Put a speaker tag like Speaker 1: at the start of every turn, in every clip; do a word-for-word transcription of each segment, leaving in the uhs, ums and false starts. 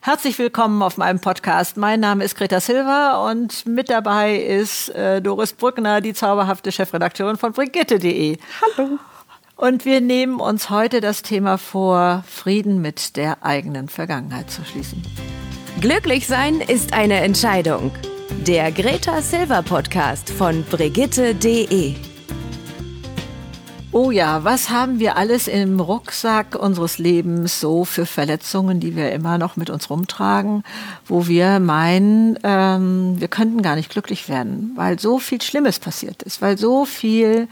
Speaker 1: Herzlich willkommen auf meinem Podcast. Mein Name ist Greta Silva und mit dabei ist äh, Doris Brückner, die zauberhafte Chefredakteurin von Brigitte punkt de.
Speaker 2: Hallo.
Speaker 1: Und wir nehmen uns heute das Thema vor, Frieden mit der eigenen Vergangenheit zu schließen.
Speaker 3: Glücklich sein ist eine Entscheidung. Der Greta Silva Podcast von Brigitte punkt de.
Speaker 1: Oh ja, was haben wir alles im Rucksack unseres Lebens so für Verletzungen, die wir immer noch mit uns rumtragen, wo wir meinen, ähm, wir könnten gar nicht glücklich werden, weil so viel Schlimmes passiert ist, weil so viel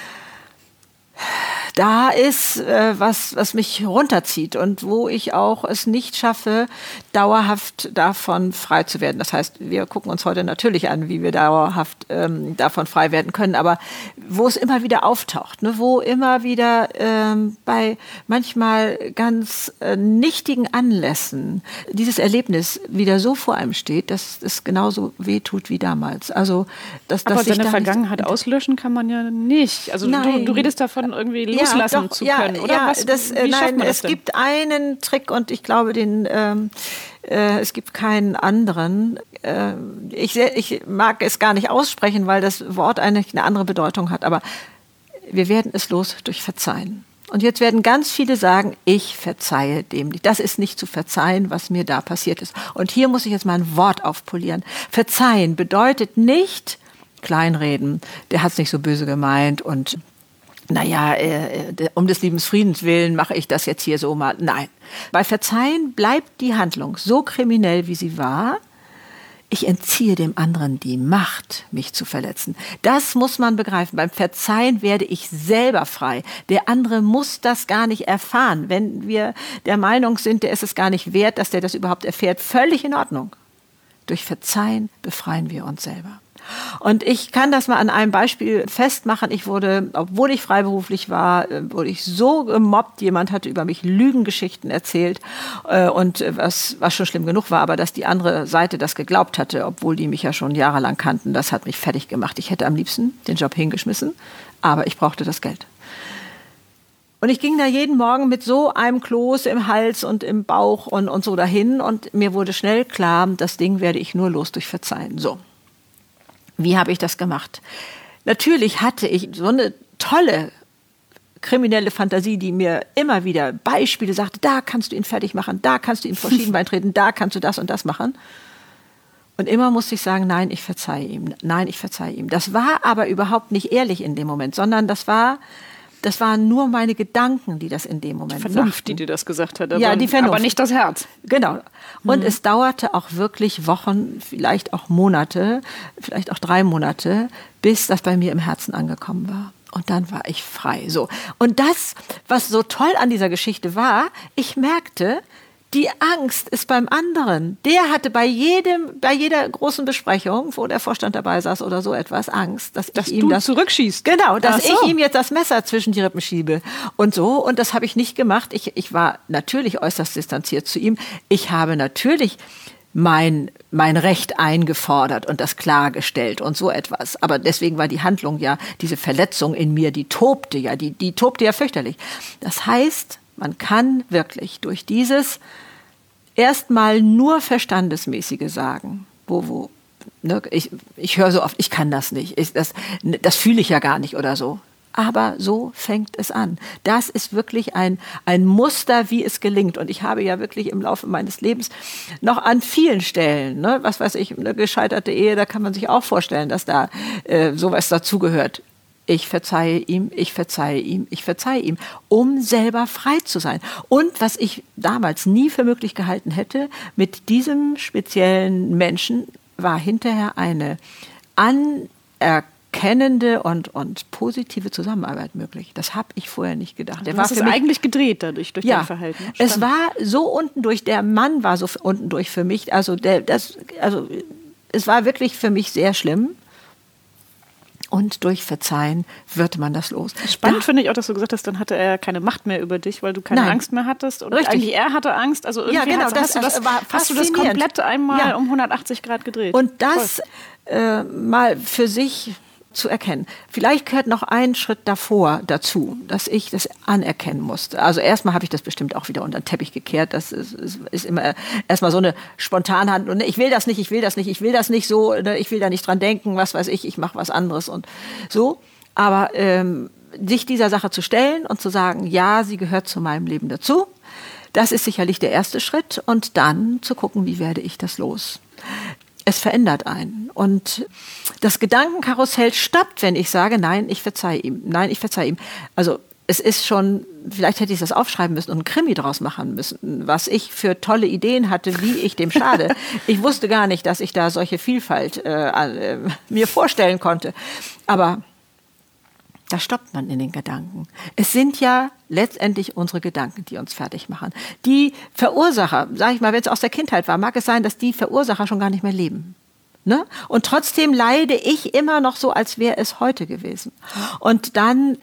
Speaker 1: da ist, äh, was, was mich runterzieht und wo ich auch es nicht schaffe, dauerhaft davon frei zu werden. Das heißt, wir gucken uns heute natürlich an, wie wir dauerhaft ähm, davon frei werden können, aber wo es immer wieder auftaucht, ne, wo immer wieder ähm, bei manchmal ganz äh, nichtigen Anlässen dieses Erlebnis wieder so vor einem steht, dass es genauso wehtut wie damals. Also, dass,
Speaker 2: aber
Speaker 1: dass
Speaker 2: seine
Speaker 1: da
Speaker 2: Vergangenheit auslöschen kann man ja nicht. Also du, du redest davon, irgendwie loslassen
Speaker 1: ja, doch,
Speaker 2: zu
Speaker 1: ja,
Speaker 2: können, oder?
Speaker 1: Ja,
Speaker 2: Was,
Speaker 1: das,
Speaker 2: wie
Speaker 1: nein,
Speaker 2: das
Speaker 1: es
Speaker 2: denn?
Speaker 1: gibt einen Trick und ich glaube, den ähm, äh, es gibt keinen anderen. Äh, ich, ich mag es gar nicht aussprechen, weil das Wort eigentlich eine andere Bedeutung hat, aber wir werden es los durch Verzeihen. Und jetzt werden ganz viele sagen, ich verzeihe dem nicht. Das ist nicht zu verzeihen, was mir da passiert ist. Und hier muss ich jetzt mal ein Wort aufpolieren. Verzeihen bedeutet nicht kleinreden, der hat es nicht so böse gemeint und naja, äh, um des lieben Friedens willen mache ich das jetzt hier so mal. Nein, bei Verzeihen bleibt die Handlung so kriminell, wie sie war. Ich entziehe dem anderen die Macht, mich zu verletzen. Das muss man begreifen. Beim Verzeihen werde ich selber frei. Der andere muss das gar nicht erfahren. Wenn wir der Meinung sind, der ist es gar nicht wert, dass der das überhaupt erfährt, völlig in Ordnung. Durch Verzeihen befreien wir uns selber. Und ich kann das mal an einem Beispiel festmachen. Ich wurde, obwohl ich freiberuflich war, wurde ich so gemobbt. Jemand hatte über mich Lügengeschichten erzählt. Und was, was schon schlimm genug war, aber dass die andere Seite das geglaubt hatte, obwohl die mich ja schon jahrelang kannten, das hat mich fertig gemacht. Ich hätte am liebsten den Job hingeschmissen, aber ich brauchte das Geld. Und ich ging da jeden Morgen mit so einem Kloß im Hals und im Bauch und, und so dahin. Und mir wurde schnell klar, das Ding werde ich nur los durch Verzeihen. So. Wie habe ich das gemacht? Natürlich hatte ich so eine tolle kriminelle Fantasie, die mir immer wieder Beispiele sagte, da kannst du ihn fertig machen, da kannst du ihm vor Schienbein treten, da kannst du das und das machen. Und immer musste ich sagen, nein, ich verzeihe ihm, nein, ich verzeihe ihm. Das war aber überhaupt nicht ehrlich in dem Moment, sondern das war... Das waren nur meine Gedanken, die das in dem Moment sagten.
Speaker 2: Die Vernunft, die dir das gesagt hat, aber,
Speaker 1: ja, die Vernunft.
Speaker 2: Aber nicht das Herz.
Speaker 1: Genau. Und
Speaker 2: Mhm.
Speaker 1: es dauerte auch wirklich Wochen, vielleicht auch Monate, vielleicht auch drei Monate, bis das bei mir im Herzen angekommen war. Und dann war ich frei. So. Und das, was so toll an dieser Geschichte war, ich merkte, die Angst ist beim anderen. Der hatte bei jedem, bei jeder großen Besprechung, wo der Vorstand dabei saß oder so etwas, Angst, dass,
Speaker 2: dass
Speaker 1: ich ihm
Speaker 2: du
Speaker 1: das
Speaker 2: zurückschießt.
Speaker 1: Genau, dass
Speaker 2: Ach so.
Speaker 1: ich ihm jetzt das Messer zwischen die Rippen schiebe und so. Und das habe ich nicht gemacht. Ich, ich war natürlich äußerst distanziert zu ihm. Ich habe natürlich mein, mein Recht eingefordert und das klargestellt und so etwas. Aber deswegen war die Handlung ja, diese Verletzung in mir, die tobte ja, die, die tobte ja fürchterlich. Das heißt, man kann wirklich durch dieses erstmal nur Verstandesmäßige sagen, wo, wo, ne, ich, ich höre so oft, ich kann das nicht, ich, das, das fühle ich ja gar nicht oder so. Aber so fängt es an. Das ist wirklich ein, ein Muster, wie es gelingt. Und ich habe ja wirklich im Laufe meines Lebens noch an vielen Stellen, ne, was weiß ich, eine gescheiterte Ehe, da kann man sich auch vorstellen, dass da äh, sowas dazugehört. Ich verzeihe ihm, ich verzeihe ihm, ich verzeihe ihm, um selber frei zu sein. Und was ich damals nie für möglich gehalten hätte, mit diesem speziellen Menschen war hinterher eine anerkennende und, und positive Zusammenarbeit möglich. Das habe ich vorher nicht gedacht.
Speaker 2: Der du war hast es eigentlich gedreht dadurch, durch
Speaker 1: ja,
Speaker 2: dein Verhalten.
Speaker 1: Es war so unten durch, der Mann war so unten durch für mich. Also, der, das, also es war wirklich für mich sehr schlimm. Und durch Verzeihen wird man das los.
Speaker 2: Spannend
Speaker 1: da,
Speaker 2: finde ich auch, dass du gesagt hast, dann hatte er keine Macht mehr über dich, weil du keine
Speaker 1: Nein.
Speaker 2: Angst mehr hattest. Und
Speaker 1: Richtig.
Speaker 2: eigentlich er hatte Angst. Also irgendwie
Speaker 1: ja, genau,
Speaker 2: hast,
Speaker 1: das,
Speaker 2: hast, du das,
Speaker 1: war
Speaker 2: hast du das komplett einmal ja. um hundertachtzig Grad gedreht.
Speaker 1: Und das äh, mal für sich zu erkennen. Vielleicht gehört noch ein Schritt davor dazu, dass ich das anerkennen musste. Also erstmal habe ich das bestimmt auch wieder unter den Teppich gekehrt. Das ist, ist, ist immer erstmal so eine Spontanhandlung. Ich will das nicht, ich will das nicht, ich will das nicht so, ich will da nicht dran denken, was weiß ich, ich mache was anderes und so. Aber ähm, sich dieser Sache zu stellen und zu sagen, ja, sie gehört zu meinem Leben dazu, das ist sicherlich der erste Schritt. Und dann zu gucken, wie werde ich das los? Es verändert einen. Und das Gedankenkarussell stoppt, wenn ich sage, nein, ich verzeihe ihm. Nein, ich verzeihe ihm. Also es ist schon, vielleicht hätte ich das aufschreiben müssen und einen Krimi draus machen müssen, was ich für tolle Ideen hatte, wie ich dem schade. Ich wusste gar nicht, dass ich da solche Vielfalt äh, äh, mir vorstellen konnte. Aber da stoppt man in den Gedanken. Es sind ja letztendlich unsere Gedanken, die uns fertig machen. Die Verursacher, sage ich mal, wenn es aus der Kindheit war, mag es sein, dass die Verursacher schon gar nicht mehr leben. Ne? Und trotzdem leide ich immer noch so, als wäre es heute gewesen. Und dann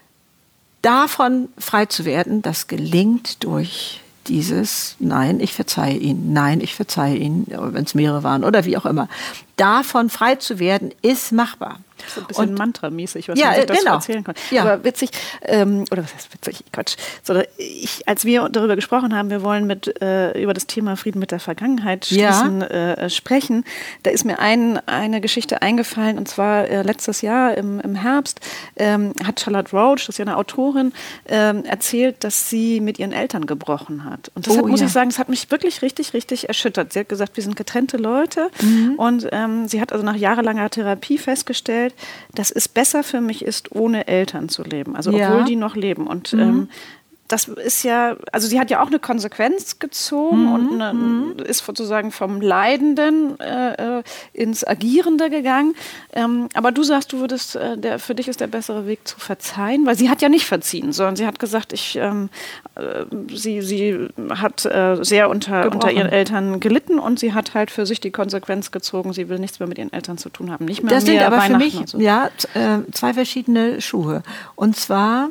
Speaker 1: davon frei zu werden, das gelingt durch dieses Nein, ich verzeihe ihn, nein, ich verzeihe ihn, wenn es mehrere waren oder wie auch immer. Davon frei zu werden, ist machbar.
Speaker 2: So ein bisschen Mantra-mäßig, was
Speaker 1: ja,
Speaker 2: man sich das
Speaker 1: genau.
Speaker 2: erzählen kann.
Speaker 1: Ja.
Speaker 2: Aber witzig, ähm, oder was heißt witzig, Quatsch. So, ich, als wir darüber gesprochen haben, wir wollen mit, äh, über das Thema Frieden mit der Vergangenheit schließen, ja. äh, sprechen, da ist mir ein, eine Geschichte eingefallen, und zwar äh, letztes Jahr im, im Herbst ähm, hat Charlotte Roach, das ist ja eine Autorin, ähm, erzählt, dass sie mit ihren Eltern gebrochen hat. Und das
Speaker 1: oh,
Speaker 2: hat, muss
Speaker 1: ja.
Speaker 2: ich sagen, das hat mich wirklich richtig, richtig erschüttert. Sie hat gesagt, wir sind getrennte Leute mhm. und ähm, sie hat also nach jahrelanger Therapie festgestellt, dass es besser für mich ist, ohne Eltern zu leben. Also
Speaker 1: ja.
Speaker 2: obwohl die noch leben. Und
Speaker 1: mhm.
Speaker 2: ähm, das ist ja, also sie hat ja auch eine Konsequenz gezogen
Speaker 1: mhm.
Speaker 2: und eine,
Speaker 1: mhm.
Speaker 2: ist sozusagen vom Leidenden äh, ins Agierende gegangen. Ähm, aber du sagst, du würdest, äh, der, für dich ist der bessere Weg zu verzeihen, weil sie hat ja nicht verziehen, sondern sie hat gesagt, ich, ähm, äh, sie, sie hat äh, sehr unter, unter ihren Eltern gelitten und sie hat halt für sich die Konsequenz gezogen, sie will nichts mehr mit ihren Eltern zu tun haben. Nicht mehr
Speaker 1: das sind aber für mich
Speaker 2: so.
Speaker 1: ja, zwei verschiedene Schuhe. Und zwar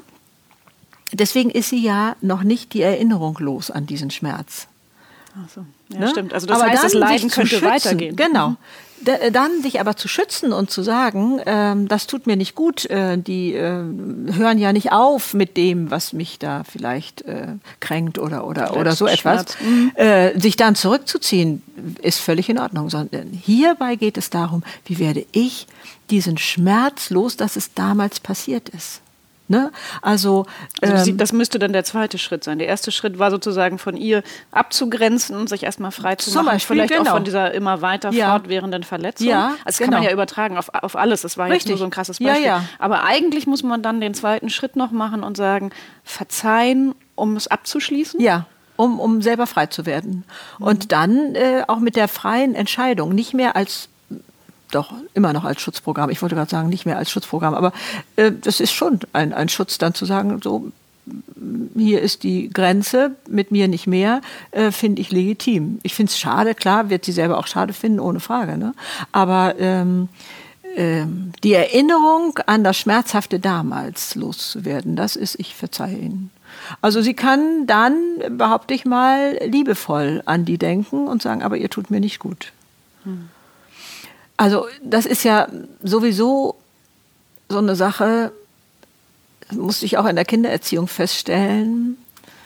Speaker 1: deswegen ist sie ja noch nicht die Erinnerung los an diesen Schmerz.
Speaker 2: Ach so. Ja,
Speaker 1: ne?
Speaker 2: Stimmt. Also das
Speaker 1: aber
Speaker 2: heißt, das Leiden könnte
Speaker 1: schützen,
Speaker 2: weitergehen.
Speaker 1: Genau.
Speaker 2: Mhm.
Speaker 1: D- dann sich aber zu schützen und zu sagen, ähm, das tut mir nicht gut, äh, die äh, hören ja nicht auf mit dem, was mich da vielleicht äh, kränkt oder, oder, oder so etwas. Mhm. Äh, sich dann zurückzuziehen, ist völlig in Ordnung. Sondern hierbei geht es darum, wie werde ich diesen Schmerz los, dass es damals passiert ist. Ne? Also,
Speaker 2: also
Speaker 1: ähm,
Speaker 2: das müsste dann der zweite Schritt sein. Der erste Schritt war sozusagen von ihr abzugrenzen und sich erstmal frei zu machen.
Speaker 1: Beispiel,
Speaker 2: Vielleicht
Speaker 1: genau.
Speaker 2: auch von dieser immer weiter
Speaker 1: ja.
Speaker 2: fortwährenden Verletzung.
Speaker 1: Ja,
Speaker 2: also das
Speaker 1: genau.
Speaker 2: kann man ja übertragen auf, auf alles. Das war
Speaker 1: Richtig.
Speaker 2: jetzt nur so ein krasses Beispiel.
Speaker 1: Ja, ja.
Speaker 2: Aber eigentlich muss man dann den zweiten Schritt noch machen und sagen, verzeihen, um es abzuschließen.
Speaker 1: Ja. Um, um selber frei zu werden. Mhm. Und dann äh, auch mit der freien Entscheidung, nicht mehr als doch immer noch als Schutzprogramm. Ich wollte gerade sagen, nicht mehr als Schutzprogramm, aber äh, das ist schon ein, ein Schutz, dann zu sagen, so, hier ist die Grenze, mit mir nicht mehr, äh, finde ich legitim. Ich finde es schade, klar, wird sie selber auch schade finden, ohne Frage. Ne? Aber ähm, ähm, die Erinnerung an das Schmerzhafte damals loszuwerden, das ist, ich verzeihe Ihnen. Also sie kann dann, behaupte ich mal, liebevoll an die denken und sagen, aber ihr tut mir nicht gut. Hm. Also das ist ja sowieso so eine Sache, das musste ich auch in der Kindererziehung feststellen,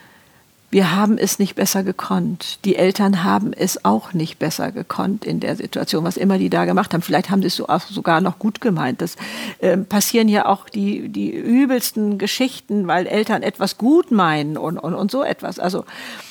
Speaker 1: wir haben es nicht besser gekonnt. Die Eltern haben es auch nicht besser gekonnt in der Situation, was immer die da gemacht haben. Vielleicht haben sie es so auch sogar noch gut gemeint. Das äh, passieren ja auch die, die übelsten Geschichten, weil Eltern etwas gut meinen und, und, und so etwas. Also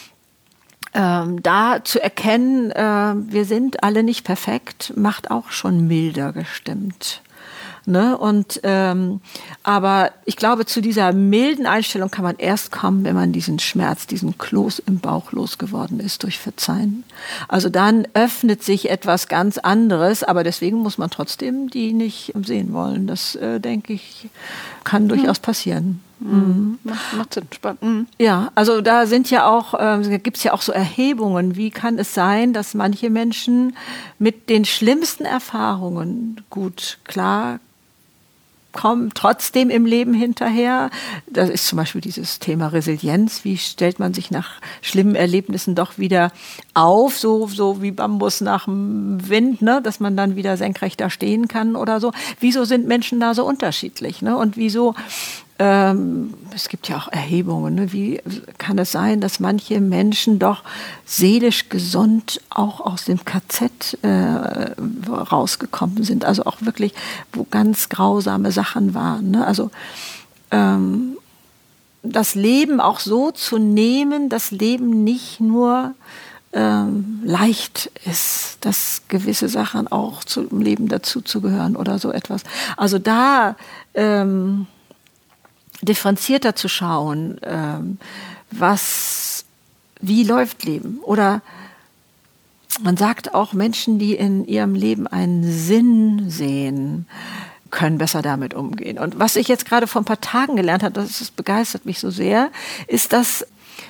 Speaker 1: Ähm, da zu erkennen, äh, wir sind alle nicht perfekt, macht auch schon milder gestimmt. Ne? Und, ähm, aber ich glaube, zu dieser milden Einstellung kann man erst kommen, wenn man diesen Schmerz, diesen Kloß im Bauch losgeworden ist durch Verzeihen. Also dann öffnet sich etwas ganz anderes, aber deswegen muss man trotzdem die nicht sehen wollen. Das, äh, denke ich, kann durchaus passieren.
Speaker 2: Mhm. Macht, macht Sinn, spannend. Mhm.
Speaker 1: Ja, also da sind ja auch, äh, gibt es ja auch so Erhebungen, wie kann es sein, dass manche Menschen mit den schlimmsten Erfahrungen gut klar kommen trotzdem im Leben hinterher. Das ist zum Beispiel dieses Thema Resilienz. Wie stellt man sich nach schlimmen Erlebnissen doch wieder auf, so, so wie Bambus nach dem Wind, ne? Dass man dann wieder senkrecht da stehen kann oder so. Wieso sind Menschen da so unterschiedlich? Ne? Und wieso, ähm, es gibt ja auch Erhebungen, ne? Wie kann es sein, dass manche Menschen doch seelisch gesund auch aus dem K Z äh, rausgekommen sind? Also auch wirklich, wo ganz grausame Sachen waren. Ne? Also ähm, das Leben auch so zu nehmen, das Leben nicht nur ähm, leicht ist, dass gewisse Sachen auch zum Leben dazuzugehören oder so etwas. Also da ähm, differenzierter zu schauen, ähm, was, wie läuft Leben? Oder man sagt auch, Menschen, die in ihrem Leben einen Sinn sehen, können besser damit umgehen. Und was ich jetzt gerade vor ein paar Tagen gelernt habe, das, das begeistert mich so sehr, ist, dass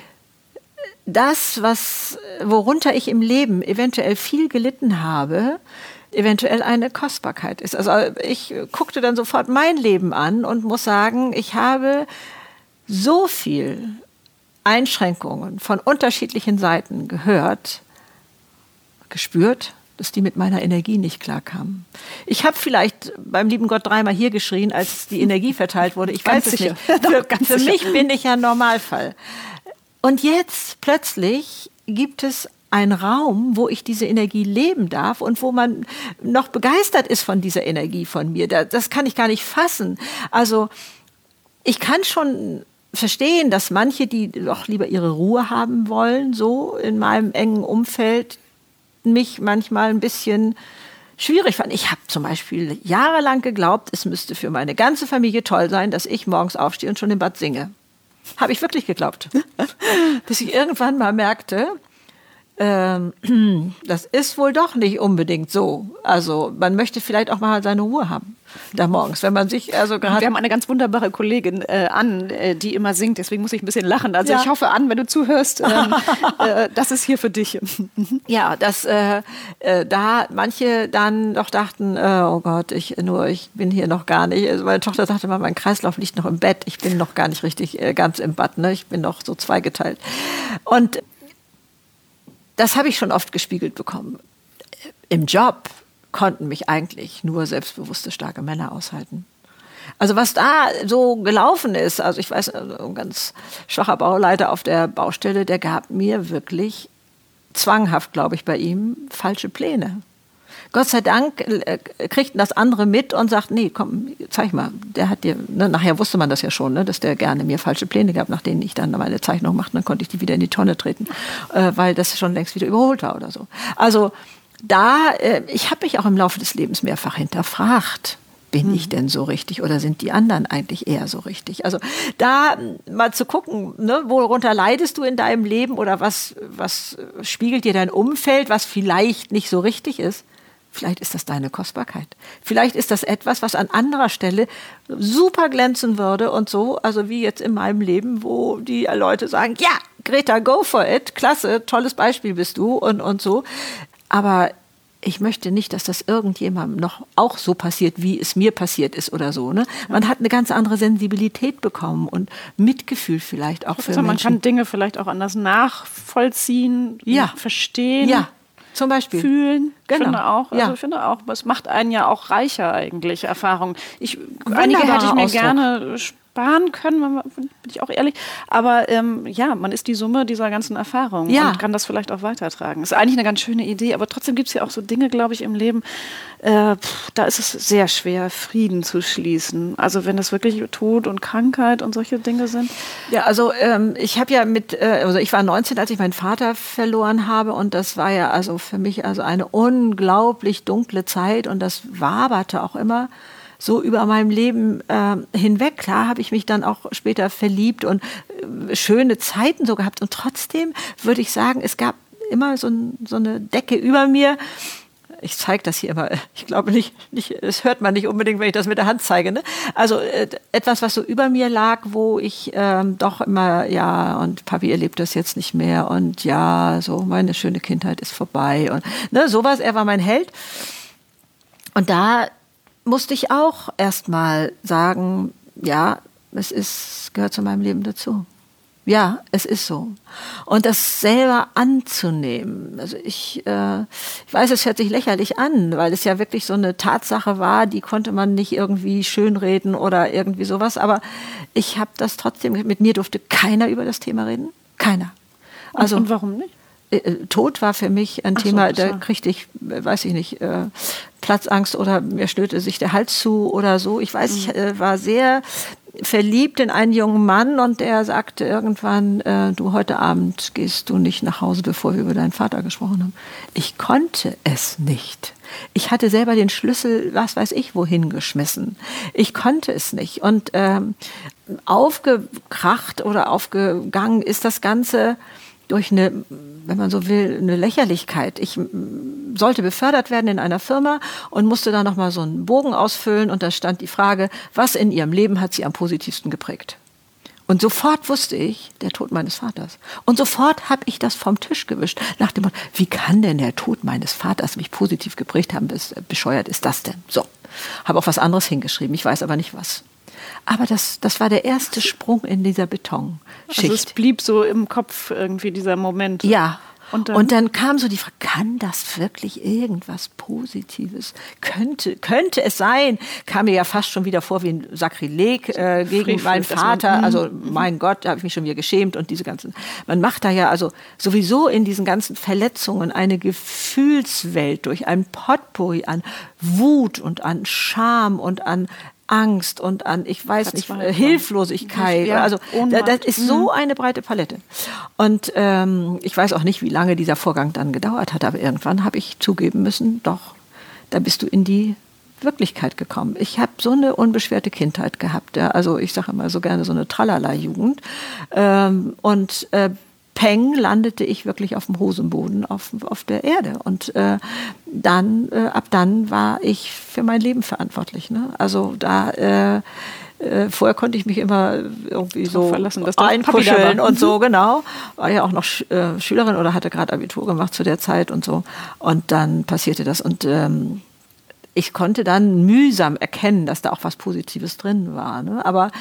Speaker 1: das, was, worunter ich im Leben eventuell viel gelitten habe, eventuell eine Kostbarkeit ist. Also ich guckte dann sofort mein Leben an und muss sagen, ich habe so viel Einschränkungen von unterschiedlichen Seiten gehört, gespürt, dass die mit meiner Energie nicht klarkamen. Ich habe vielleicht beim lieben Gott dreimal hier geschrien, als die Energie verteilt wurde. Ich
Speaker 2: Ganz
Speaker 1: weiß es
Speaker 2: sicher.
Speaker 1: nicht. Für,
Speaker 2: Ganz
Speaker 1: für
Speaker 2: sicher.
Speaker 1: mich bin ich ja ein Normalfall. Und jetzt plötzlich gibt es einen Raum, wo ich diese Energie leben darf und wo man noch begeistert ist von dieser Energie von mir. Das kann ich gar nicht fassen. Also ich kann schon verstehen, dass manche, die doch lieber ihre Ruhe haben wollen, so in meinem engen Umfeld, mich manchmal ein bisschen schwierig fanden. Ich habe zum Beispiel jahrelang geglaubt, es müsste für meine ganze Familie toll sein, dass ich morgens aufstehe und schon im Bad singe. Habe ich wirklich geglaubt. Bis ich irgendwann mal merkte, ähm, das ist wohl doch nicht unbedingt so. Also man möchte vielleicht auch mal seine Ruhe haben da morgens, wenn man sich also gerade...
Speaker 2: Wir haben eine ganz wunderbare Kollegin, äh, Ann, äh, die immer singt, deswegen muss ich ein bisschen lachen. Also
Speaker 1: Ja.
Speaker 2: ich hoffe, Ann, wenn du zuhörst, ähm, äh, das ist hier für dich.
Speaker 1: Ja, dass äh, äh, da manche dann doch dachten, äh, oh Gott, ich nur, ich bin hier noch gar nicht. Also meine Tochter sagte mal, mein Kreislauf liegt noch im Bett. Ich bin noch gar nicht richtig äh, ganz im Bad. Ne? Ich bin noch so zweigeteilt. Und das habe ich schon oft gespiegelt bekommen. Im Job konnten mich eigentlich nur selbstbewusste, starke Männer aushalten. Also was da so gelaufen ist, also ich weiß, ein ganz schwacher Bauleiter auf der Baustelle, der gab mir wirklich zwanghaft, glaube ich, bei ihm falsche Pläne. Gott sei Dank äh, kriegten das andere mit und sagt, nee, komm, zeig mal, der hat dir, ne, nachher wusste man das ja schon, ne, dass der gerne mir falsche Pläne gab, nach denen ich dann meine Zeichnung machte, dann konnte ich die wieder in die Tonne treten, äh, weil das schon längst wieder überholt war oder so. Also da, äh, ich habe mich auch im Laufe des Lebens mehrfach hinterfragt, bin hm. ich denn so richtig oder sind die anderen eigentlich eher so richtig? Also da mal zu gucken, ne, worunter leidest du in deinem Leben oder was, was spiegelt dir dein Umfeld, was vielleicht nicht so richtig ist? Vielleicht ist das deine Kostbarkeit. Vielleicht ist das etwas, was an anderer Stelle super glänzen würde und so, also wie jetzt in meinem Leben, wo die Leute sagen, ja, Greta, go for it, klasse, tolles Beispiel bist du und, und so. Aber ich möchte nicht, dass das irgendjemandem noch auch so passiert, wie es mir passiert ist oder so. Ne? Man hat eine ganz andere Sensibilität bekommen und Mitgefühl vielleicht auch für
Speaker 2: also, man
Speaker 1: Menschen.
Speaker 2: kann Dinge vielleicht auch anders nachvollziehen,
Speaker 1: ja.
Speaker 2: verstehen.
Speaker 1: Ja. Zum Beispiel.
Speaker 2: Fühlen,
Speaker 1: genau.
Speaker 2: Ich finde auch. Also
Speaker 1: ja.
Speaker 2: ich finde auch, es macht einen ja auch reicher eigentlich, Erfahrungen. Ich, einige hätte ich mir
Speaker 1: Ausdruck.
Speaker 2: gerne sparen können, bin ich auch ehrlich. Aber ähm, ja, man ist die Summe dieser ganzen Erfahrungen
Speaker 1: ja.
Speaker 2: und kann das vielleicht auch weitertragen. Ist eigentlich eine ganz schöne Idee, aber trotzdem gibt es ja auch so Dinge, glaube ich, im Leben, äh, pff, da ist es sehr schwer, Frieden zu schließen. Also wenn es wirklich Tod und Krankheit und solche Dinge sind.
Speaker 1: Ja, also ähm, ich habe ja mit, äh, also ich war neunzehn, als ich meinen Vater verloren habe und das war ja also für mich also eine unglaublich dunkle Zeit und das waberte auch immer so über meinem Leben äh, hinweg. Klar habe ich mich dann auch später verliebt und äh, schöne Zeiten so gehabt. Und trotzdem würde ich sagen, es gab immer so, ein, so eine Decke über mir. Ich zeige das hier immer. Ich glaube nicht, nicht, das hört man nicht unbedingt, wenn ich das mit der Hand zeige. Ne? Also äh, etwas, was so über mir lag, wo ich ähm, doch immer, ja, und Papi erlebt das jetzt nicht mehr. Und ja, so meine schöne Kindheit ist vorbei. Und ne, sowas, er war mein Held. Und da musste ich auch erstmal sagen, ja, es ist, gehört zu meinem Leben dazu. Ja, es ist so. Und das selber anzunehmen. Also ich, äh, ich weiß, es hört sich lächerlich an, weil es ja wirklich so eine Tatsache war, die konnte man nicht irgendwie schönreden oder irgendwie sowas. Aber ich habe das trotzdem, mit mir durfte keiner über das Thema reden. Keiner.
Speaker 2: Also, und, und warum nicht?
Speaker 1: Äh, Tod war für mich ein
Speaker 2: Ach
Speaker 1: Thema,
Speaker 2: so,
Speaker 1: da kriegte ich, weiß ich nicht, äh, Platzangst oder mir schnürte sich der Hals zu oder so. Ich weiß, mhm. ich äh, war sehr verliebt in einen jungen Mann und der sagte irgendwann, äh, du, heute Abend gehst du nicht nach Hause, bevor wir über deinen Vater gesprochen haben. Ich konnte es nicht. Ich hatte selber den Schlüssel, was weiß ich, wohin geschmissen. Ich konnte es nicht. Und ähm, aufgekracht oder aufgegangen ist das Ganze durch eine, wenn man so will, eine Lächerlichkeit. Ich sollte befördert werden in einer Firma und musste da nochmal so einen Bogen ausfüllen und da stand die Frage, was in ihrem Leben hat sie am positivsten geprägt? Und sofort wusste ich, der Tod meines Vaters. Und sofort habe ich das vom Tisch gewischt. Nach dem Motto, wie kann denn der Tod meines Vaters mich positiv geprägt haben? Bescheuert ist das denn? So, habe auch was anderes hingeschrieben, ich weiß aber nicht was. Aber das, das war der erste Sprung in dieser Betonschicht.
Speaker 2: Also es blieb so im Kopf irgendwie dieser Moment.
Speaker 1: Ja. Und dann, und dann kam so die Frage, kann das wirklich irgendwas Positives? Könnte, könnte es sein? Kam mir ja fast schon wieder vor wie ein Sakrileg äh, gegen Frevel, meinen Vater. Man, also mein Gott, da habe ich mich schon wieder geschämt. Und diese ganzen, man macht da ja also sowieso in diesen ganzen Verletzungen eine Gefühlswelt durch ein Potpourri an Wut und an Scham und an Angst und an, ich weiß nicht, äh, Hilflosigkeit. Ja, also da, das ist so eine breite Palette. Und ähm, ich weiß auch nicht, wie lange dieser Vorgang dann gedauert hat, aber irgendwann habe ich zugeben müssen, doch, da bist du in die Wirklichkeit gekommen. Ich habe so eine unbeschwerte Kindheit gehabt. Ja, also ich sage immer so gerne so eine Tralala-Jugend. Ähm, und äh, Peng landete ich wirklich auf dem Hosenboden, auf, auf der Erde. Und äh, dann, äh, ab dann war ich für mein Leben verantwortlich. Ne? Also da, äh, äh, vorher konnte ich mich immer irgendwie so
Speaker 2: verlassen, dass
Speaker 1: einkuscheln und so, genau. War ja auch noch Sch- äh, Schülerin oder hatte gerade Abitur gemacht zu der Zeit und so. Und dann passierte das und ähm, ich konnte dann mühsam erkennen, dass da auch was Positives drin war. Ne? Aber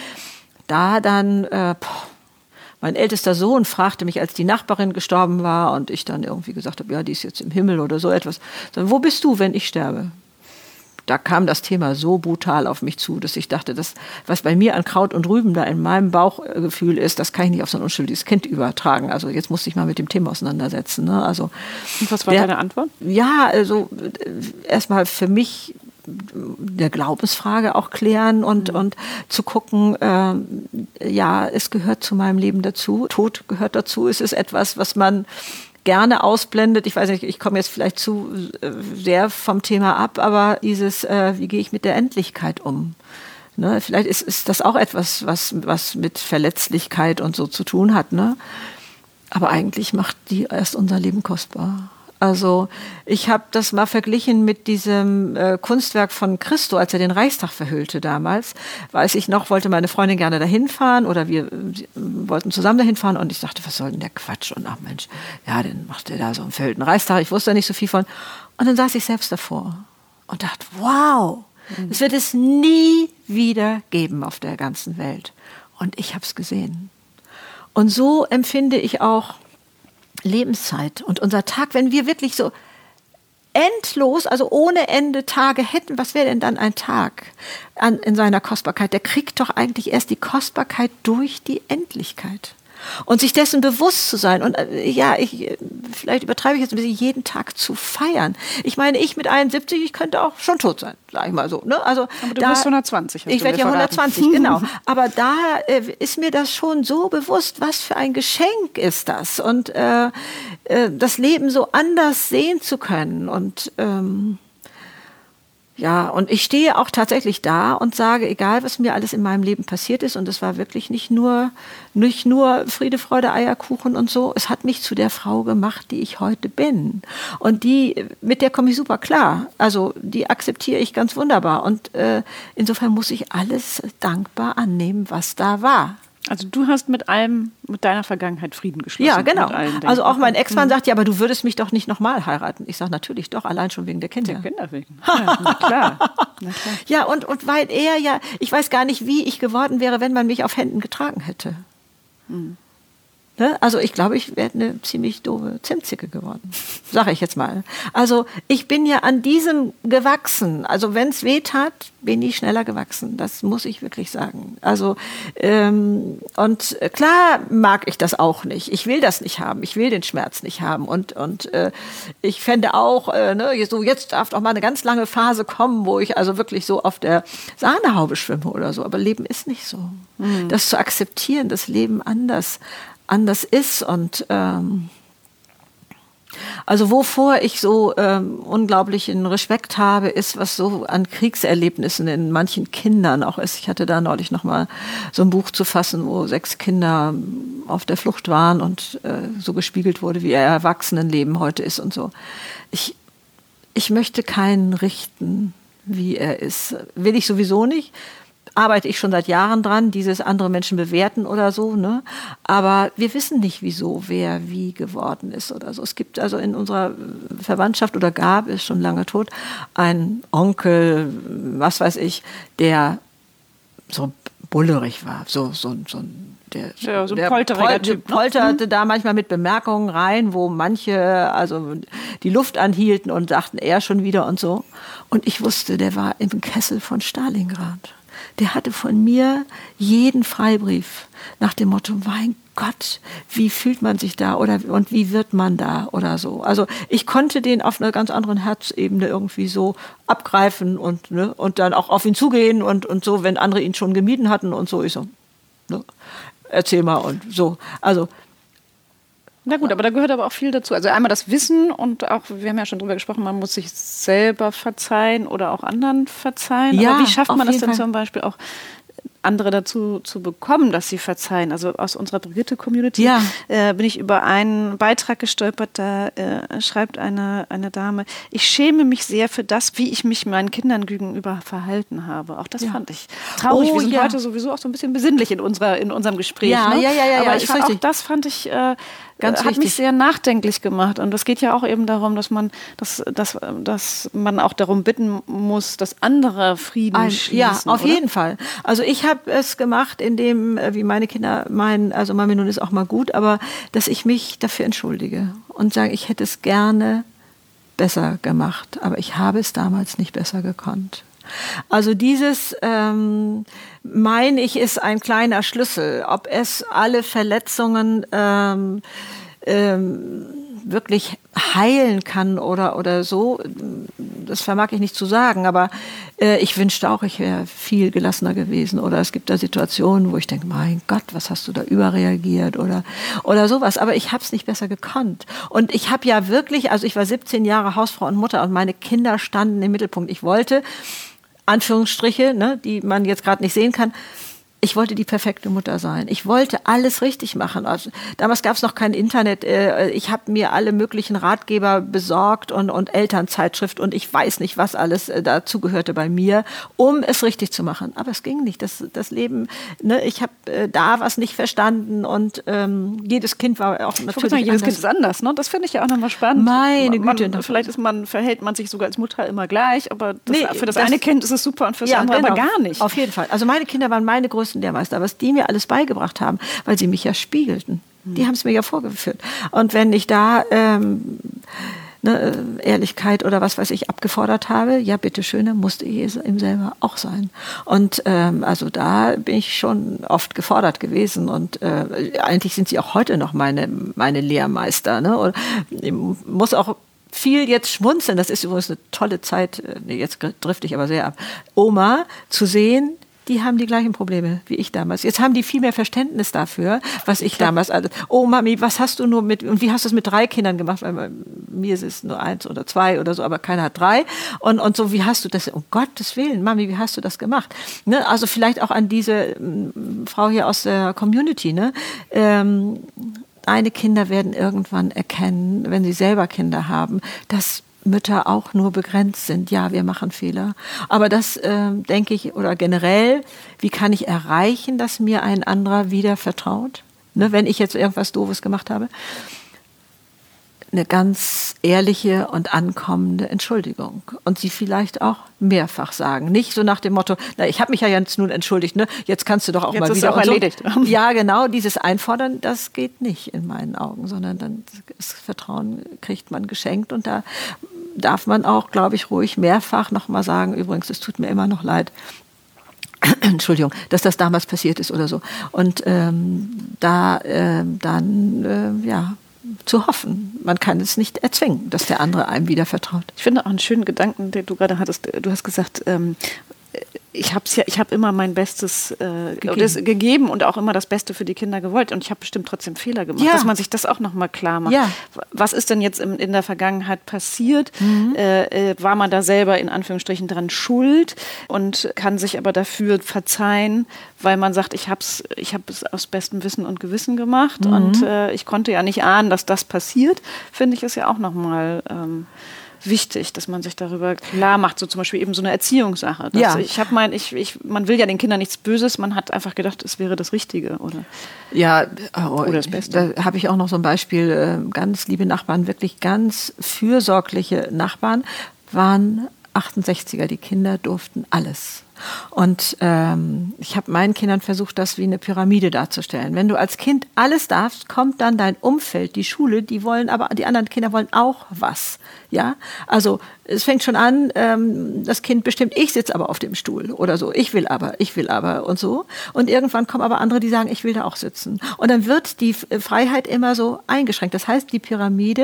Speaker 1: da dann, äh, boah, mein ältester Sohn fragte mich, als die Nachbarin gestorben war und ich dann irgendwie gesagt habe, ja, die ist jetzt im Himmel oder so etwas. So, wo bist du, wenn ich sterbe? Da kam das Thema so brutal auf mich zu, dass ich dachte, das, was bei mir an Kraut und Rüben da in meinem Bauchgefühl ist, das kann ich nicht auf so ein unschuldiges Kind übertragen. Also jetzt musste ich mal mit dem Thema auseinandersetzen. Ne? Also,
Speaker 2: und was war der, deine Antwort?
Speaker 1: Ja, also erstmal für mich der Glaubensfrage auch klären und, mhm. und zu gucken, äh, ja, es gehört zu meinem Leben dazu. Tod gehört dazu. Es ist etwas, was man gerne ausblendet. Ich weiß nicht, ich komme jetzt vielleicht zu äh, sehr vom Thema ab, aber dieses, äh, wie gehe ich mit der Endlichkeit um? Ne? Vielleicht ist, ist das auch etwas, was, was mit Verletzlichkeit und so zu tun hat. Ne? Aber eigentlich macht die erst unser Leben kostbar. Also ich habe das mal verglichen mit diesem äh, Kunstwerk von Christo, als er den Reichstag verhüllte damals. Weiß ich noch, wollte meine Freundin gerne dahin fahren oder wir äh, wollten zusammen dahin fahren und ich dachte, was soll denn der Quatsch? Und ach Mensch, ja, dann macht er da so einen verhüllten Reichstag. Ich wusste nicht so viel von. Und dann saß ich selbst davor und dachte, wow, mhm. das wird es nie wieder geben auf der ganzen Welt. Und ich habe es gesehen. Und so empfinde ich auch Lebenszeit und unser Tag, wenn wir wirklich so endlos, also ohne Ende Tage hätten, was wäre denn dann ein Tag an, in seiner Kostbarkeit? Der kriegt doch eigentlich erst die Kostbarkeit durch die Endlichkeit. Und sich dessen bewusst zu sein und äh, ja, ich, vielleicht übertreibe ich jetzt ein bisschen, jeden Tag zu feiern. Ich meine, ich mit einundsiebzig, ich könnte auch schon tot sein, sag ich mal so. Ne? Also,
Speaker 2: aber du
Speaker 1: da,
Speaker 2: bist hundertzwanzig.
Speaker 1: Ich werde ja hundertzwanzig, genau. Aber da äh, ist mir das schon so bewusst, was für ein Geschenk ist das. Und äh, äh, das Leben so anders sehen zu können. Und ähm, ja, und ich stehe auch tatsächlich da und sage, egal was mir alles in meinem Leben passiert ist, und es war wirklich nicht nur, nicht nur Friede, Freude, Eierkuchen und so, es hat mich zu der Frau gemacht, die ich heute bin. Und die, mit der komme ich super klar. Also die akzeptiere ich ganz wunderbar. Und äh, insofern muss ich alles dankbar annehmen, was da war.
Speaker 2: Also du hast mit allem, mit deiner Vergangenheit Frieden geschlossen.
Speaker 1: Ja, genau.
Speaker 2: Mit allen
Speaker 1: Also auch mein Ex-Mann
Speaker 2: mhm.
Speaker 1: sagt, ja, aber du würdest mich doch nicht nochmal heiraten. Ich sage, natürlich doch, allein schon wegen der Kinder.
Speaker 2: Der Kinder wegen. Ja, na klar. na klar.
Speaker 1: Ja, und, und weil er ja, ich weiß gar nicht, wie ich geworden wäre, wenn man mich auf Händen getragen hätte. Mhm. Ne? Also ich glaube, ich wäre eine ziemlich doofe Zimtzicke geworden, sage ich jetzt mal. Also ich bin ja an diesem gewachsen. Also wenn es weh tat, bin ich schneller gewachsen. Das muss ich wirklich sagen. Also ähm, und klar mag ich das auch nicht. Ich will das nicht haben. Ich will den Schmerz nicht haben. Und und äh, ich fände auch, äh, ne, so jetzt darf auch mal eine ganz lange Phase kommen, wo ich also wirklich so auf der Sahnehaube schwimme oder so. Aber Leben ist nicht so. Mhm. Das zu akzeptieren, das Leben anders anders ist und ähm, also wovor ich so ähm, unglaublichen Respekt habe, ist, was so an Kriegserlebnissen in manchen Kindern auch ist. Ich hatte da neulich noch mal so ein Buch zu fassen, wo sechs Kinder auf der Flucht waren und äh, so gespiegelt wurde, wie ihr Erwachsenenleben heute ist und so. Ich, ich möchte keinen richten, wie er ist. Will ich sowieso nicht. Arbeite ich schon seit Jahren dran, dieses andere Menschen bewerten oder so, ne? Aber wir wissen nicht, wieso, wer wie geworden ist oder so. Es gibt also in unserer Verwandtschaft oder gab es schon lange tot einen Onkel, was weiß ich, der so bullerig war, so so so ein Der,
Speaker 2: ja, so ein
Speaker 1: der
Speaker 2: polteriger
Speaker 1: Pol
Speaker 2: Typ, ne?
Speaker 1: polterte da manchmal mit Bemerkungen rein, wo manche also die Luft anhielten und dachten, er schon wieder und so. Und ich wusste, der war im Kessel von Stalingrad. Der hatte von mir jeden Freibrief nach dem Motto, mein Gott, wie fühlt man sich da oder und wie wird man da oder so. Also ich konnte den auf einer ganz anderen Herzebene irgendwie so abgreifen und, ne, und dann auch auf ihn zugehen und, und so, wenn andere ihn schon gemieden hatten und so. Ich so, ne, erzähl mal und so. Also
Speaker 2: na gut, aber da gehört aber auch viel dazu. Also einmal das Wissen und auch, wir haben ja schon drüber gesprochen, man muss sich selber verzeihen oder auch anderen verzeihen.
Speaker 1: Ja,
Speaker 2: aber wie schafft man das denn
Speaker 1: Fall.
Speaker 2: zum Beispiel auch, andere dazu zu bekommen, dass sie verzeihen? Also aus unserer Brigitte-Community
Speaker 1: ja.
Speaker 2: äh, bin ich über einen Beitrag gestolpert, da äh, schreibt eine, eine Dame, ich schäme mich sehr für das, wie ich mich meinen Kindern gegenüber verhalten habe. Auch das ja. fand ich traurig.
Speaker 1: Oh,
Speaker 2: Wir sind
Speaker 1: ja.
Speaker 2: heute sowieso auch so ein bisschen besinnlich in, unserer, in unserem Gespräch.
Speaker 1: Ja,
Speaker 2: ne?
Speaker 1: ja, ja, ja,
Speaker 2: aber
Speaker 1: ja,
Speaker 2: ich fand, auch das fand ich äh, Ganz hat wichtig. mich sehr nachdenklich gemacht. Und es geht ja auch eben darum, dass man, dass, dass, dass man auch darum bitten muss, dass andere Frieden Ein, schließen.
Speaker 1: Ja, auf
Speaker 2: oder?
Speaker 1: jeden Fall. Also ich habe es gemacht, indem, wie meine Kinder meinen, also Mami, nun ist auch mal gut, aber dass ich mich dafür entschuldige und sage, ich hätte es gerne besser gemacht, aber ich habe es damals nicht besser gekonnt. Also dieses, ähm, meine ich, ist ein kleiner Schlüssel. Ob es alle Verletzungen ähm, ähm, wirklich heilen kann oder, oder so, das vermag ich nicht zu sagen. Aber äh, ich wünschte auch, ich wäre viel gelassener gewesen. Oder es gibt da Situationen, wo ich denke, mein Gott, was hast du da überreagiert oder, oder sowas. Aber ich habe es nicht besser gekonnt. Und ich habe ja wirklich, also ich war siebzehn Jahre Hausfrau und Mutter und meine Kinder standen im Mittelpunkt. Ich wollte, Anführungsstriche, ne, die man jetzt gerade nicht sehen kann, ich wollte die perfekte Mutter sein. Ich wollte alles richtig machen. Also, damals gab es noch kein Internet. Ich habe mir alle möglichen Ratgeber besorgt und, und Elternzeitschrift und ich weiß nicht, was alles dazugehörte bei mir, um es richtig zu machen. Aber es ging nicht. Das, das Leben, ne, ich habe äh, da was nicht verstanden und ähm, jedes Kind war auch natürlich
Speaker 2: sagen, jedes
Speaker 1: anders.
Speaker 2: Kind ist anders. Ne? Das finde ich ja auch nochmal spannend.
Speaker 1: Meine
Speaker 2: man,
Speaker 1: Güte.
Speaker 2: Vielleicht ist man, verhält man sich sogar als Mutter immer gleich, aber das,
Speaker 1: nee,
Speaker 2: für das,
Speaker 1: das
Speaker 2: eine Kind ist es super und für das
Speaker 1: ja,
Speaker 2: andere
Speaker 1: genau.
Speaker 2: aber gar nicht.
Speaker 1: Auf jeden Fall. Also meine Kinder waren meine größten Lehrmeister, was die mir alles beigebracht haben, weil sie mich ja spiegelten. Mhm. Die haben es mir ja vorgeführt. Und wenn ich da ähm, ne, Ehrlichkeit oder was weiß ich abgefordert habe, ja bitteschön, dann musste ich es ihm selber auch sein. Und ähm, also da bin ich schon oft gefordert gewesen und äh, eigentlich sind sie auch heute noch meine, meine Lehrmeister. Ne? Und ich muss auch viel jetzt schmunzeln, das ist übrigens eine tolle Zeit, nee, jetzt drifte ich aber sehr ab, Oma zu sehen, die haben die gleichen Probleme wie ich damals. Jetzt haben die viel mehr Verständnis dafür, was ich damals alles. Oh Mami, was hast du nur mit, und wie hast du es mit drei Kindern gemacht? Weil bei mir ist es nur eins oder zwei oder so, aber keiner hat drei. Und, und so, wie hast du das, um Gottes Willen, Mami, wie hast du das gemacht? Ne? Also vielleicht auch an diese m, Frau hier aus der Community, ne? Ähm, Deine Kinder werden irgendwann erkennen, wenn sie selber Kinder haben, dass Mütter auch nur begrenzt sind. Ja, wir machen Fehler. Aber das äh, denke ich, oder generell, wie kann ich erreichen, dass mir ein anderer wieder vertraut? Ne, wenn ich jetzt irgendwas Doofes gemacht habe. Eine ganz ehrliche und ankommende Entschuldigung. Und sie vielleicht auch mehrfach sagen. Nicht so nach dem Motto, na, ich habe mich ja jetzt nun entschuldigt, ne? Jetzt kannst du doch auch
Speaker 2: jetzt
Speaker 1: mal
Speaker 2: ist
Speaker 1: wieder.
Speaker 2: Auch erledigt.
Speaker 1: So. Ja, genau, dieses Einfordern, das geht nicht in meinen Augen, sondern dann das Vertrauen kriegt man geschenkt und da darf man auch, glaube ich, ruhig mehrfach nochmal sagen, übrigens, es tut mir immer noch leid, Entschuldigung, dass das damals passiert ist oder so. Und ähm, da äh, dann, äh, ja, zu hoffen. Man kann es nicht erzwingen, dass der andere einem wieder vertraut.
Speaker 2: Ich finde auch einen schönen Gedanken, den du gerade hattest. Du hast gesagt, ähm, ich habe ja, ich habe immer mein Bestes äh, gegeben. Das, gegeben und auch immer das Beste für die Kinder gewollt. Und ich habe bestimmt trotzdem Fehler gemacht, ja. Dass man sich das auch nochmal klar macht. Ja. Was ist denn jetzt in, in der Vergangenheit passiert? Mhm. Äh, war man da selber in Anführungsstrichen dran schuld und kann sich aber dafür verzeihen, weil man sagt, ich habe es ich hab es aus bestem Wissen und Gewissen gemacht mhm. und äh, ich konnte ja nicht ahnen, dass das passiert. Finde ich, ist ja auch nochmal ähm, wichtig, dass man sich darüber klar macht, so zum Beispiel eben so eine Erziehungssache. Ja. Ich habe mein, ich, ich, man will ja den Kindern nichts Böses, man hat einfach gedacht, es wäre das Richtige, oder?
Speaker 1: Ja, oh, oder das Beste. Da habe ich auch noch so ein Beispiel, ganz liebe Nachbarn, wirklich ganz fürsorgliche Nachbarn, waren achtundsechziger, die Kinder durften alles. Und ähm, ich habe meinen Kindern versucht, das wie eine Pyramide darzustellen. Wenn du als Kind alles darfst, kommt dann dein Umfeld, die Schule, die wollen aber, die anderen Kinder wollen auch was. Ja, also es fängt schon an, ähm, das Kind bestimmt, ich sitze aber auf dem Stuhl oder so, ich will aber, ich will aber und so. Und irgendwann kommen aber andere, die sagen, ich will da auch sitzen. Und dann wird die Freiheit immer so eingeschränkt. Das heißt, die Pyramide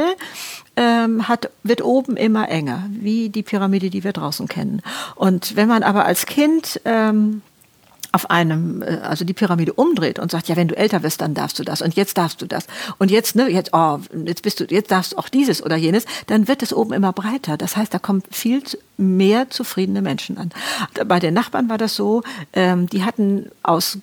Speaker 1: ähm, hat, wird oben immer enger, wie die Pyramide, die wir draußen kennen. Und wenn man aber als Kind ähm, auf einem, also die Pyramide umdreht und sagt, ja, wenn du älter wirst, dann darfst du das und jetzt darfst du das und jetzt, ne, jetzt, oh, jetzt bist du, jetzt darfst du auch dieses oder jenes, dann wird es oben immer breiter. Das heißt, da kommen viel mehr zufriedene Menschen an. Bei den Nachbarn war das so, ähm, die hatten aus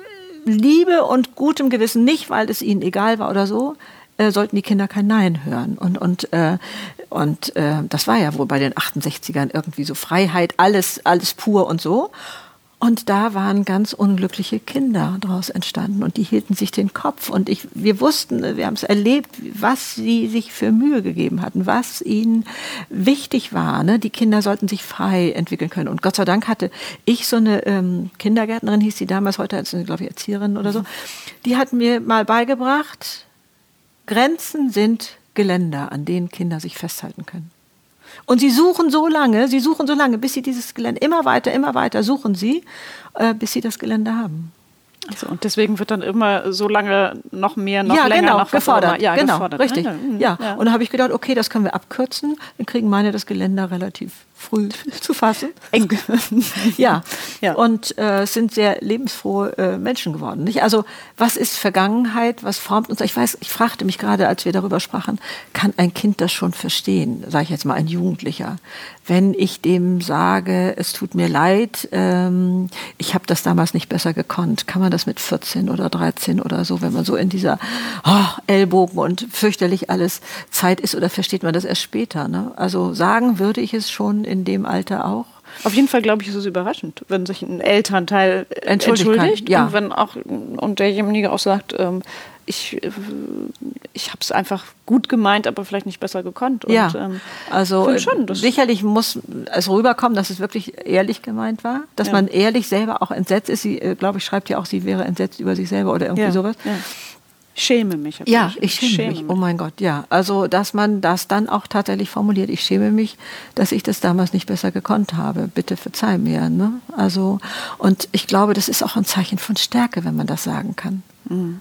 Speaker 1: Liebe und gutem Gewissen, nicht weil es ihnen egal war oder so, äh, sollten die Kinder kein Nein hören. Und, und, äh, und äh, das war ja wohl bei den achtundsechzigern irgendwie so Freiheit, alles, alles pur und so. Und da waren ganz unglückliche Kinder daraus entstanden und die hielten sich den Kopf. Und ich, wir wussten, wir haben es erlebt, was sie sich für Mühe gegeben hatten, was ihnen wichtig war. Ne? Die Kinder sollten sich frei entwickeln können. Und Gott sei Dank hatte ich so eine ähm, Kindergärtnerin, hieß sie damals, heute als eine, glaube ich, Erzieherin oder so, die hat mir mal beigebracht, Grenzen sind Geländer, an denen Kinder sich festhalten können. Und sie suchen so lange, sie suchen so lange, bis sie dieses Gelände, immer weiter, immer weiter suchen sie, äh, bis sie das Gelände haben.
Speaker 2: Also, und deswegen wird dann immer so lange noch mehr, noch
Speaker 1: ja,
Speaker 2: länger,
Speaker 1: genau,
Speaker 2: noch
Speaker 1: gefordert.
Speaker 2: Ja,
Speaker 1: genau,
Speaker 2: gefordert.
Speaker 1: richtig.
Speaker 2: Ja,
Speaker 1: ja.
Speaker 2: ja.
Speaker 1: Und da habe ich gedacht, okay, das können wir abkürzen. Dann kriegen meine das Geländer relativ früh zu fassen.
Speaker 2: Eng.
Speaker 1: ja. ja, und äh, es sind sehr lebensfrohe äh, Menschen geworden. Nicht? Also was ist Vergangenheit, was formt uns? Ich weiß, ich fragte mich gerade, als wir darüber sprachen, kann ein Kind das schon verstehen? Sage ich jetzt mal, ein Jugendlicher. Wenn ich dem sage, es tut mir leid, ähm, ich habe das damals nicht besser gekonnt, kann man das mit vierzehn oder dreizehn oder so, wenn man so in dieser oh, Ellbogen und fürchterlich alles Zeit ist, oder versteht man das erst später? Ne? Also sagen würde ich es schon in dem Alter auch.
Speaker 2: Auf jeden Fall, glaube ich, ist es überraschend, wenn sich ein Elternteil entschuldigt, entschuldigt
Speaker 1: ja.
Speaker 2: und wenn auch und derjenige auch sagt, ähm, ich, ich habe es einfach gut gemeint, aber vielleicht nicht besser gekonnt. Und,
Speaker 1: ja,
Speaker 2: ähm,
Speaker 1: also
Speaker 2: schon, das
Speaker 1: sicherlich muss es rüberkommen, dass es wirklich ehrlich gemeint war, dass ja. man ehrlich selber auch entsetzt ist. Sie, glaube ich, schreibt ja auch, sie wäre entsetzt über sich selber oder irgendwie
Speaker 2: ja.
Speaker 1: sowas.
Speaker 2: Ja. Schäme mich.
Speaker 1: Ja, ich schäme, schäme mich. mich. Oh mein Gott, ja. Also, dass man das dann auch tatsächlich formuliert. Ich schäme mich, dass ich das damals nicht besser gekonnt habe. Bitte verzeih mir. Ne? Also, und ich glaube, das ist auch ein Zeichen von Stärke, wenn man das sagen kann. Mhm.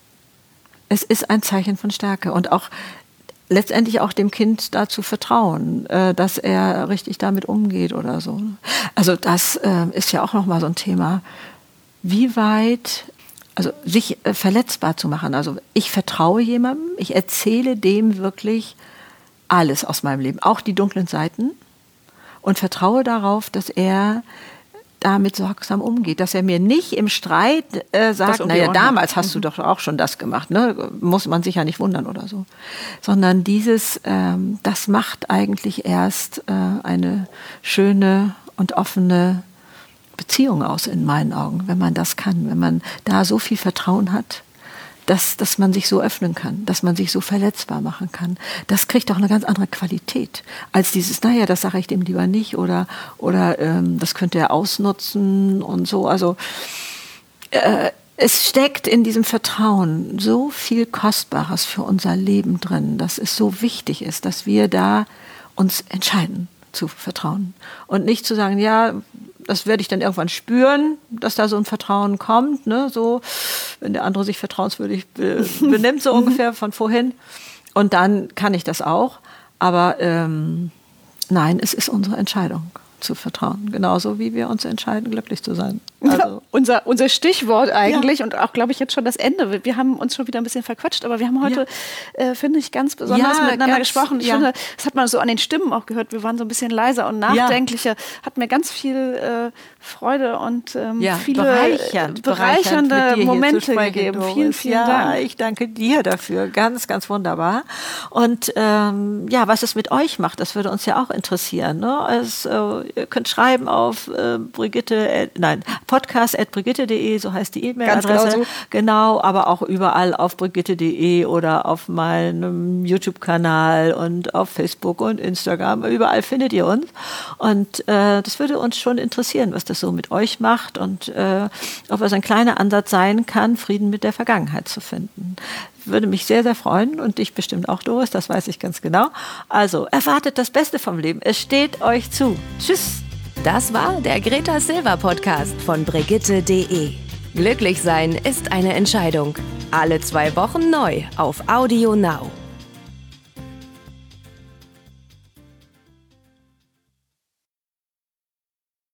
Speaker 1: Es ist ein Zeichen von Stärke und auch letztendlich auch dem Kind dazu vertrauen, äh, dass er richtig damit umgeht oder so. Also, das äh, ist ja auch nochmal so ein Thema. Wie weit... Also sich äh, verletzbar zu machen. Also ich vertraue jemandem, ich erzähle dem wirklich alles aus meinem Leben, auch die dunklen Seiten, und vertraue darauf, dass er damit sorgsam umgeht, dass er mir nicht im Streit äh, sagt, naja, damals hast mhm. du doch auch schon das gemacht, ne? Muss man sich ja nicht wundern oder so, sondern dieses, ähm, das macht eigentlich erst äh, eine schöne und offene Beziehung aus in meinen Augen, wenn man das kann, wenn man da so viel Vertrauen hat, dass, dass man sich so öffnen kann, dass man sich so verletzbar machen kann. Das kriegt auch eine ganz andere Qualität als dieses, naja, das sage ich dem lieber nicht oder, oder ähm, das könnte er ausnutzen und so. Also äh, es steckt in diesem Vertrauen so viel Kostbares für unser Leben drin, dass es so wichtig ist, dass wir da uns entscheiden zu vertrauen und nicht zu sagen, ja, das werde ich dann irgendwann spüren, dass da so ein Vertrauen kommt, ne? So, wenn der andere sich vertrauenswürdig be- benimmt, so ungefähr von vorhin. Und dann kann ich das auch. Aber ähm, nein, es ist unsere Entscheidung zu vertrauen. Genauso wie wir uns entscheiden, glücklich zu sein. Also.
Speaker 2: unser, unser Stichwort eigentlich ja. und auch, glaube ich, jetzt schon das Ende. Wir haben uns schon wieder ein bisschen verquatscht, aber wir haben heute, ja. äh, finde ich, ganz besonders ja, miteinander ganz, gesprochen. Ich ja. finde, das hat man so an den Stimmen auch gehört. Wir waren so ein bisschen leiser und nachdenklicher. Ja. Hat mir ganz viel äh, Freude und ähm,
Speaker 1: ja,
Speaker 2: viele
Speaker 1: bereichernd,
Speaker 2: bereichernde
Speaker 1: bereichernd
Speaker 2: Momente gegeben.
Speaker 1: Doris.
Speaker 2: Vielen, vielen
Speaker 1: ja,
Speaker 2: Dank.
Speaker 1: Ich danke dir dafür. Ganz, ganz wunderbar. Und ähm, ja, was es mit euch macht, das würde uns ja auch interessieren. Ne? Es, äh, ihr könnt schreiben auf äh, Brigitte, äh, nein, podcast at brigitte punkt de, so heißt die E-Mail-Adresse.
Speaker 2: Genau, so.
Speaker 1: Genau, aber auch überall auf brigitte punkt de oder auf meinem YouTube-Kanal und auf Facebook und Instagram. Überall findet ihr uns. Und äh, das würde uns schon interessieren, was das so mit euch macht und äh, ob es ein kleiner Ansatz sein kann, Frieden mit der Vergangenheit zu finden. Würde mich sehr, sehr freuen und dich bestimmt auch, Doris, das weiß ich ganz genau. Also, erwartet das Beste vom Leben. Es steht euch zu. Tschüss.
Speaker 3: Das war der Greta Silver Podcast von brigitte punkt de. Glücklich sein ist eine Entscheidung. Alle zwei Wochen neu auf Audio Now.